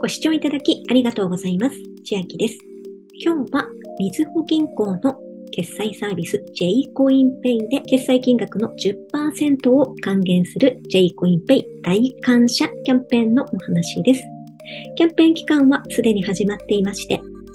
ご視聴いただきありがとうございます。千秋です。今日はみずほ銀行の決済サービス J-COINPay で決済金額の 10% を還元する J-COINPay 大感謝キャンペーンのお話です。キャンペーン期間はすでに始まっていまして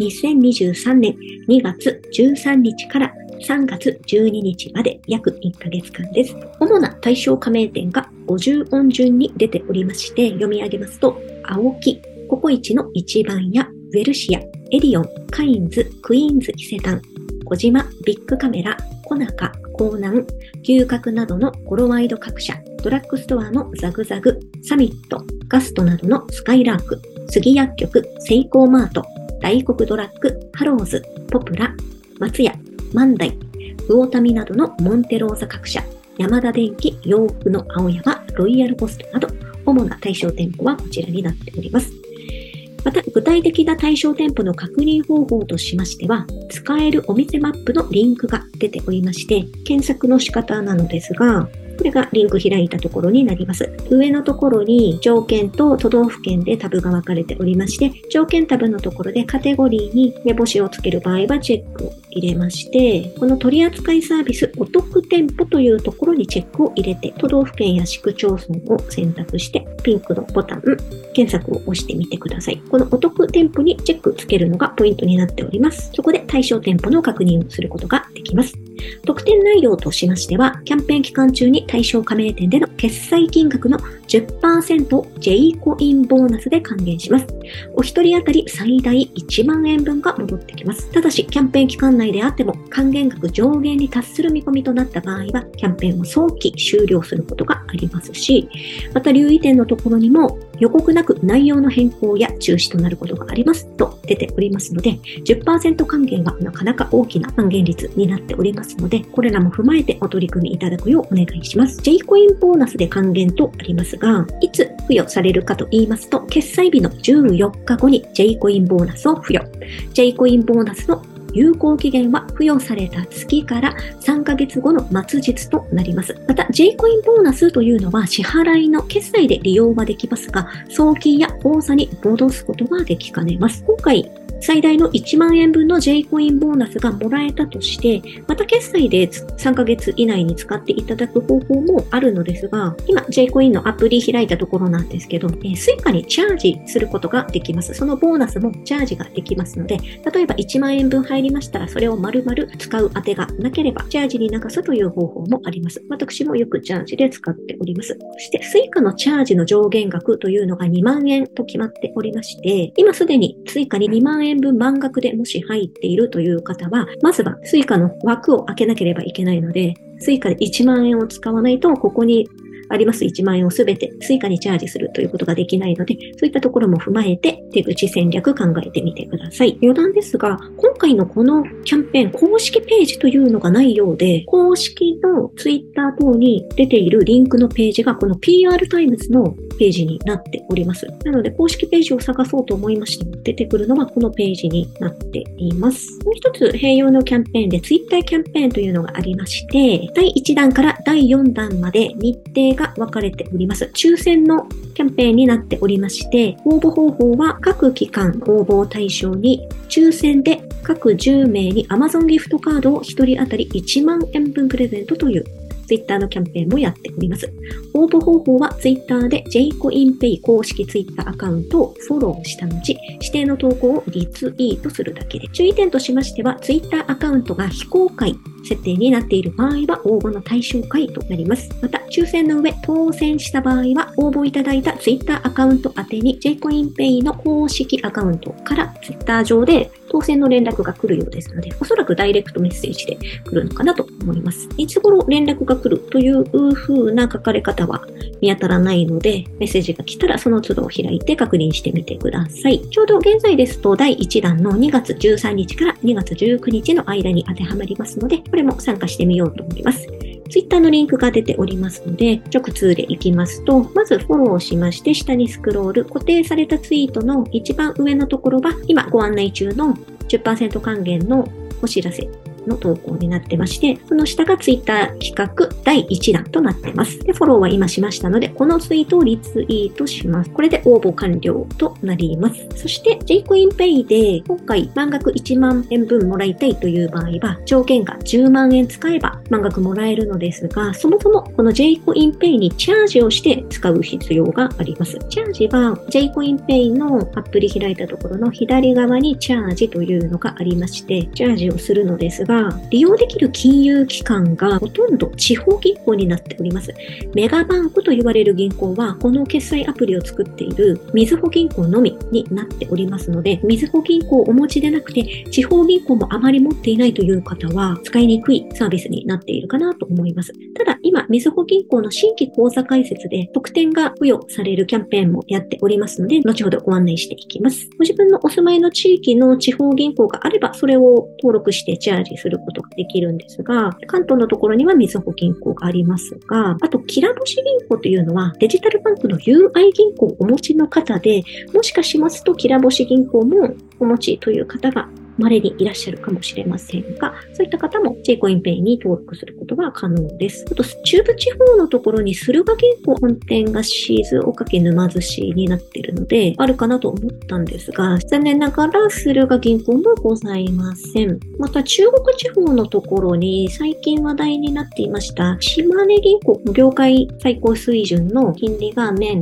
、2023年2月13日から3月12日まで約1ヶ月間です。主な対象加盟店が50音順に出ておりまして、読み上げますと、青木、ココイチの一番屋、ウェルシア、エディオン、カインズ、クイーンズ伊勢丹、小島、ビッグカメラ、コナカ、コーナン、牛角などのコロワイド各社、ドラッグストアのザグザグ、サミット、ガストなどのスカイラーク、杉薬局、セイコーマート、大黒ドラッグ、ハローズ、ポプラ、松屋、万代、魚民などのモンテローザ各社、山田電機、洋服の青山、ロイヤルポストなど、主な対象店舗はこちらになっております。また、具体的な対象店舗の確認方法としましては、使えるお店マップのリンクが出ておりまして、検索の仕方なのですが、これがリンク開いたところになります。上のところに条件と都道府県でタブが分かれておりまして、条件タブのところでカテゴリーに目星をつける場合はチェックを入れまして、この取扱サービスお得店舗というところにチェックを入れて、都道府県や市区町村を選択して、ピンクのボタン、検索を押してみてください。このお得店舗にチェックつけるのがポイントになっております。そこで対象店舗の確認をすることができます。特典内容としましては、キャンペーン期間中に対象加盟店での決済金額の 10% を J-COIN ボーナスで還元します。お一人当たり最大1万円分が戻ってきます。ただし、キャンペーン期間内であっても還元額上限に達する見込みとなった場合は、キャンペーンを早期終了することがありますし、また留意点のところにも予告なく内容の変更や中止となることがありますと出ておりますので、10% 還元はなかなか大きな還元率になっておりますので、これらも踏まえてお取り組みいただくようお願いします。J-COIN ボーナスで還元とありますが、いつ付与されるかと言いますと、決済日の14日後に J-COIN ボーナスを付与。J-COIN ボーナスの有効期限は付与された月から3ヶ月後の末日となります。また J-COIN ボーナスというのは支払いの決済で利用はできますが、送金や口座に戻すことができかねます。今回最大の1万円分の J-COIN ボーナスがもらえたとして、また決済で3ヶ月以内に使っていただく方法もあるのですが、今 J-COIN のアプリ開いたところなんですけど、Suica にチャージすることができます。そのボーナスもチャージができますので、例えば1万円分入りましたら、それを丸々使う当てがなければ、チャージに流すという方法もあります。私もよくチャージで使っております。そして Suica のチャージの上限額というのが2万円と決まっておりまして、今すでに Suica に2万円分満額でもし入っているという方は、まずは Suica の枠を開けなければいけないので、Suica で1万円を使わないと、ここにあります1万円をすべてSuicaにチャージするということができないので、そういったところも踏まえて手口戦略考えてみてください。余談ですが、今回のこのキャンペーン公式ページというのがないようで、公式の Twitter 等に出ているリンクのページがこの PR タイムズのページになっております。なので公式ページを探そうと思いましても出てくるのはこのページになっています。もう一つ併用のキャンペーンで Twitter キャンペーンというのがありまして、第1弾から第4弾まで日程が分かれております。抽選のキャンペーンになっておりまして、応募方法は各期間応募を対象に抽選で各10名に Amazon ギフトカードを1人当たり1万円分プレゼントというTwitter のキャンペーンもやっております。応募方法は Twitter で J-COINPay 公式 Twitter アカウントをフォローした後、指定の投稿をリツイートするだけで。注意点としましては、Twitter アカウントが非公開設定になっている場合は応募の対象外となります。また、抽選の上当選した場合は、応募いただいた Twitter アカウント宛てに J-COINPay の公式アカウントから Twitter 上で当選の連絡が来るようですので、おそらくダイレクトメッセージで来るのかなと思います。いつ頃連絡が来るという風な書かれ方は見当たらないので、メッセージが来たらその都度を開いて確認してみてください。ちょうど現在ですと第1弾の2月13日から2月19日の間に当てはまりますので、これも参加してみようと思います。Twitter のリンクが出ておりますので、直通で行きますと、まずフォローしまして、下にスクロール、固定されたツイートの一番上のところは、今ご案内中の 10% 還元のお知らせの投稿になってまして、その下がツイッター企画第1弾となってます。で、フォローは今しましたので、このツイートをリツイートします。これで応募完了となります。そして、Jcoinpay で今回満額1万円分もらいたいという場合は、条件が10万円使えば満額もらえるのですが、そもそもこの Jcoinpay にチャージをして使う必要があります。チャージは Jcoinpay のアプリ開いたところの左側にチャージというのがありまして、チャージをするのですが、利用できる金融機関がほとんど地方銀行になっております。メガバンクと言われる銀行は、この決済アプリを作っているみずほ銀行のみになっておりますので、みずほ銀行をお持ちでなくて、地方銀行もあまり持っていないという方は、使いにくいサービスになっているかなと思います。ただ、今、みずほ銀行の新規口座開設で特典が付与されるキャンペーンもやっておりますので、後ほどご案内していきます。ご自分のお住まいの地域の地方銀行があれば、それを登録してチャージすることができるんですが、関東のところにはみずほ銀行がありますが、あと、きらぼし銀行というのはデジタルバンクの UI 銀行をお持ちの方で、もしかしますときらぼし銀行もお持ちという方が稀にいらっしゃるかもしれませんが、そういった方も Jcoinpay に登録することが可能です。あと、中部地方のところに駿河銀行本店が静岡県沼津市になっているので、あるかなと思ったんですが、残念ながら駿河銀行もございません。また、中国地方のところに最近話題になっていました島根銀行、業界最高水準の金利が年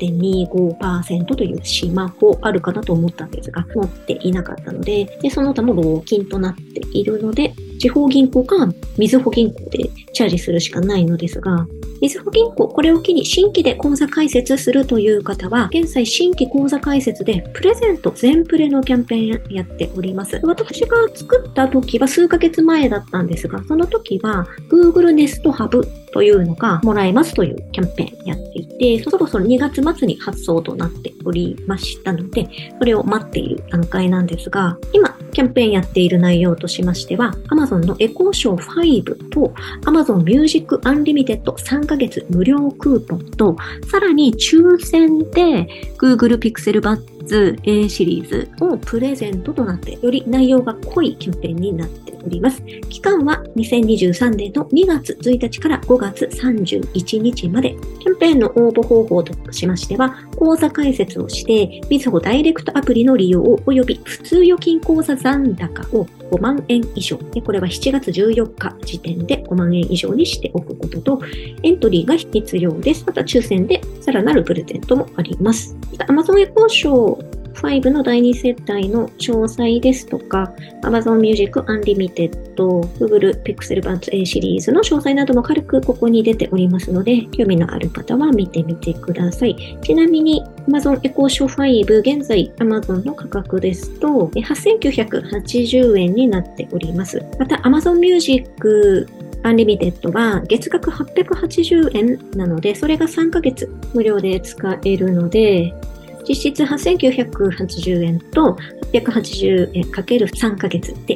0.25% という島法あるかなと思ったんですが、持っていなかったので、その他も老金となっているので、地方銀行かみずほ銀行でチャージするしかないのですが、みずほ銀行、これを機に新規で口座開設するという方は、現在新規口座開設でプレゼント全プレのキャンペーンやっております。私が作った時は数ヶ月前だったんですが、その時は Google Nest Hub というのがもらえますというキャンペーンやっていて、そろそろ2月末に発送となっておりましたので、それを待っている段階なんですが、今、キャンペーンやっている内容としましては、Amazon のエコーショー5と Amazon Music Unlimited 3ヶ月無料クーポンと、さらに抽選で Google Pixel Buds A シリーズをプレゼントとなって、より内容が濃いキャンペーンになっております。期間は2023年の2月1日から5月31日まで。キャンペーンの応募方法としましては、口座開設をして、みずほダイレクトアプリの利用及び普通預金口座残高を5万円以上。これは7月14日時点で5万円以上にしておくことと、エントリーが必要です。また抽選でさらなるプレゼントもあります。Amazon エコーショー5の第2世帯の詳細ですとか、Amazon Music Unlimited、Google Pixel Buds A シリーズの詳細なども軽くここに出ておりますので、興味のある方は見てみてください。ちなみに Amazon エコーショー5、現在 Amazon の価格ですと、8980円になっております。また Amazon Music Unlimited は月額880円なので、それが3ヶ月無料で使えるので、実質8980円と880円かける3ヶ月で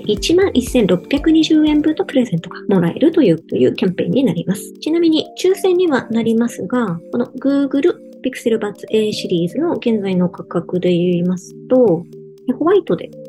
11,620 円分のプレゼントがもらえるというキャンペーンになります。ちなみに抽選にはなりますが、この Google Pixel Buds A シリーズの現在の価格で言いますと、ホワイトで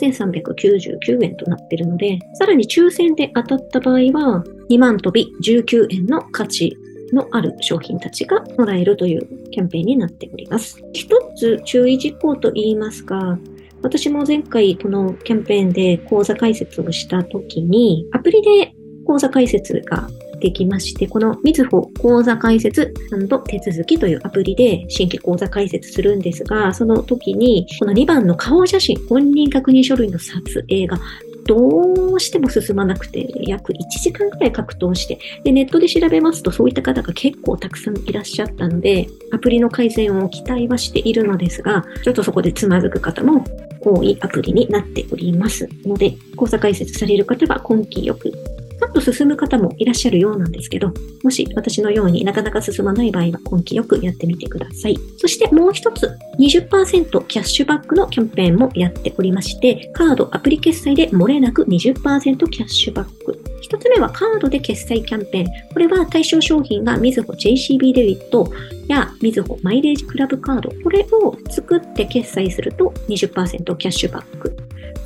8399円となっているので、さらに抽選で当たった場合は2万飛び19円の価値のある商品たちがもらえるというキャンペーンになっております。一つ注意事項といいますか、私も前回このキャンペーンで口座開設をしたときに、アプリで口座開設ができまして、このみずほ口座開設&手続きというアプリで新規口座開設するんですが、その時にこの2番の顔写真、本人確認書類の撮影がどうしても進まなくて、約1時間くらい格闘して、で、ネットで調べますとそういった方が結構たくさんいらっしゃったので、アプリの改善を期待はしているのですが、ちょっとそこでつまずく方も多いアプリになっておりますので、口座開設される方は根気よく、ちょっと進む方もいらっしゃるようなんですけど、もし私のようになかなか進まない場合は根気よくやってみてください。そしてもう一つ、20% キャッシュバックのキャンペーンもやっておりまして、カード、アプリ決済で漏れなく 20% キャッシュバック。一つ目はカードで決済キャンペーン。これは対象商品がみずほ JCB デビットやみずほマイレージクラブカード。これを作って決済すると 20% キャッシュバック。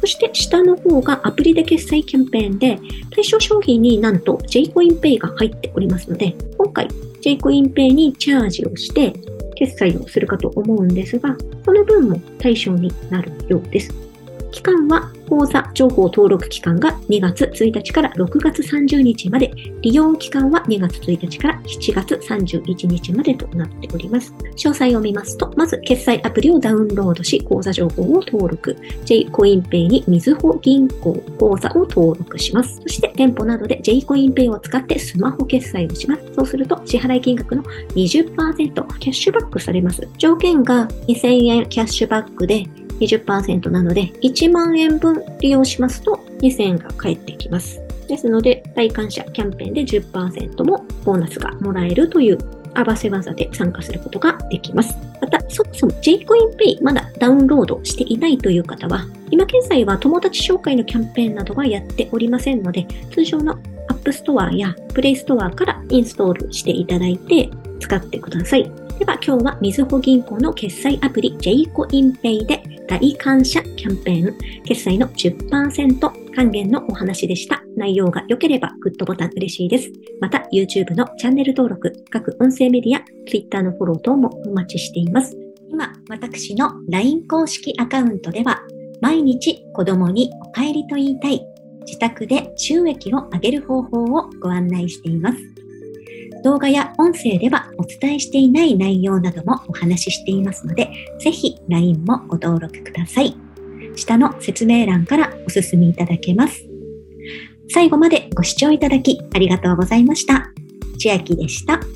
そして下の方がアプリで決済キャンペーンで、対象商品になんと J-Coin Pay が入っておりますので、今回 J-Coin Pay にチャージをして決済をするかと思うんですが、その分も対象になるようです。期間は口座情報登録期間が2月1日から6月30日まで、利用期間は2月1日から7月31日までとなっております。詳細を見ますと、まず決済アプリをダウンロードし、口座情報を登録、J-Coin Pay にみずほ銀行口座を登録します。そして店舗などで J-Coin Pay を使ってスマホ決済をします。そうすると支払い金額の 20% キャッシュバックされます。条件が2000円キャッシュバックで20% なので、1万円分利用しますと2000円が返ってきます。ですので、大感謝キャンペーンで 10% もボーナスがもらえるという合わせ技で参加することができます。また、そもそも J-Coin Pay まだダウンロードしていないという方は、今現在は友達紹介のキャンペーンなどはやっておりませんので、通常の App Store や Play Store からインストールしていただいて使ってください。では今日はみずほ銀行の決済アプリ J-Coin Pay で大感謝キャンペーン決済の 10% 還元のお話でした。内容が良ければグッドボタン嬉しいです。また YouTube のチャンネル登録、各音声メディア、Twitter のフォロー等もお待ちしています。今、私の LINE 公式アカウントでは毎日子供にお帰りと言いたい自宅で収益を上げる方法をご案内しています。動画や音声ではお伝えしていない内容などもお話ししていますので、ぜひ LINE もご登録ください。下の説明欄からお進みいただけます。最後までご視聴いただきありがとうございました。千秋でした。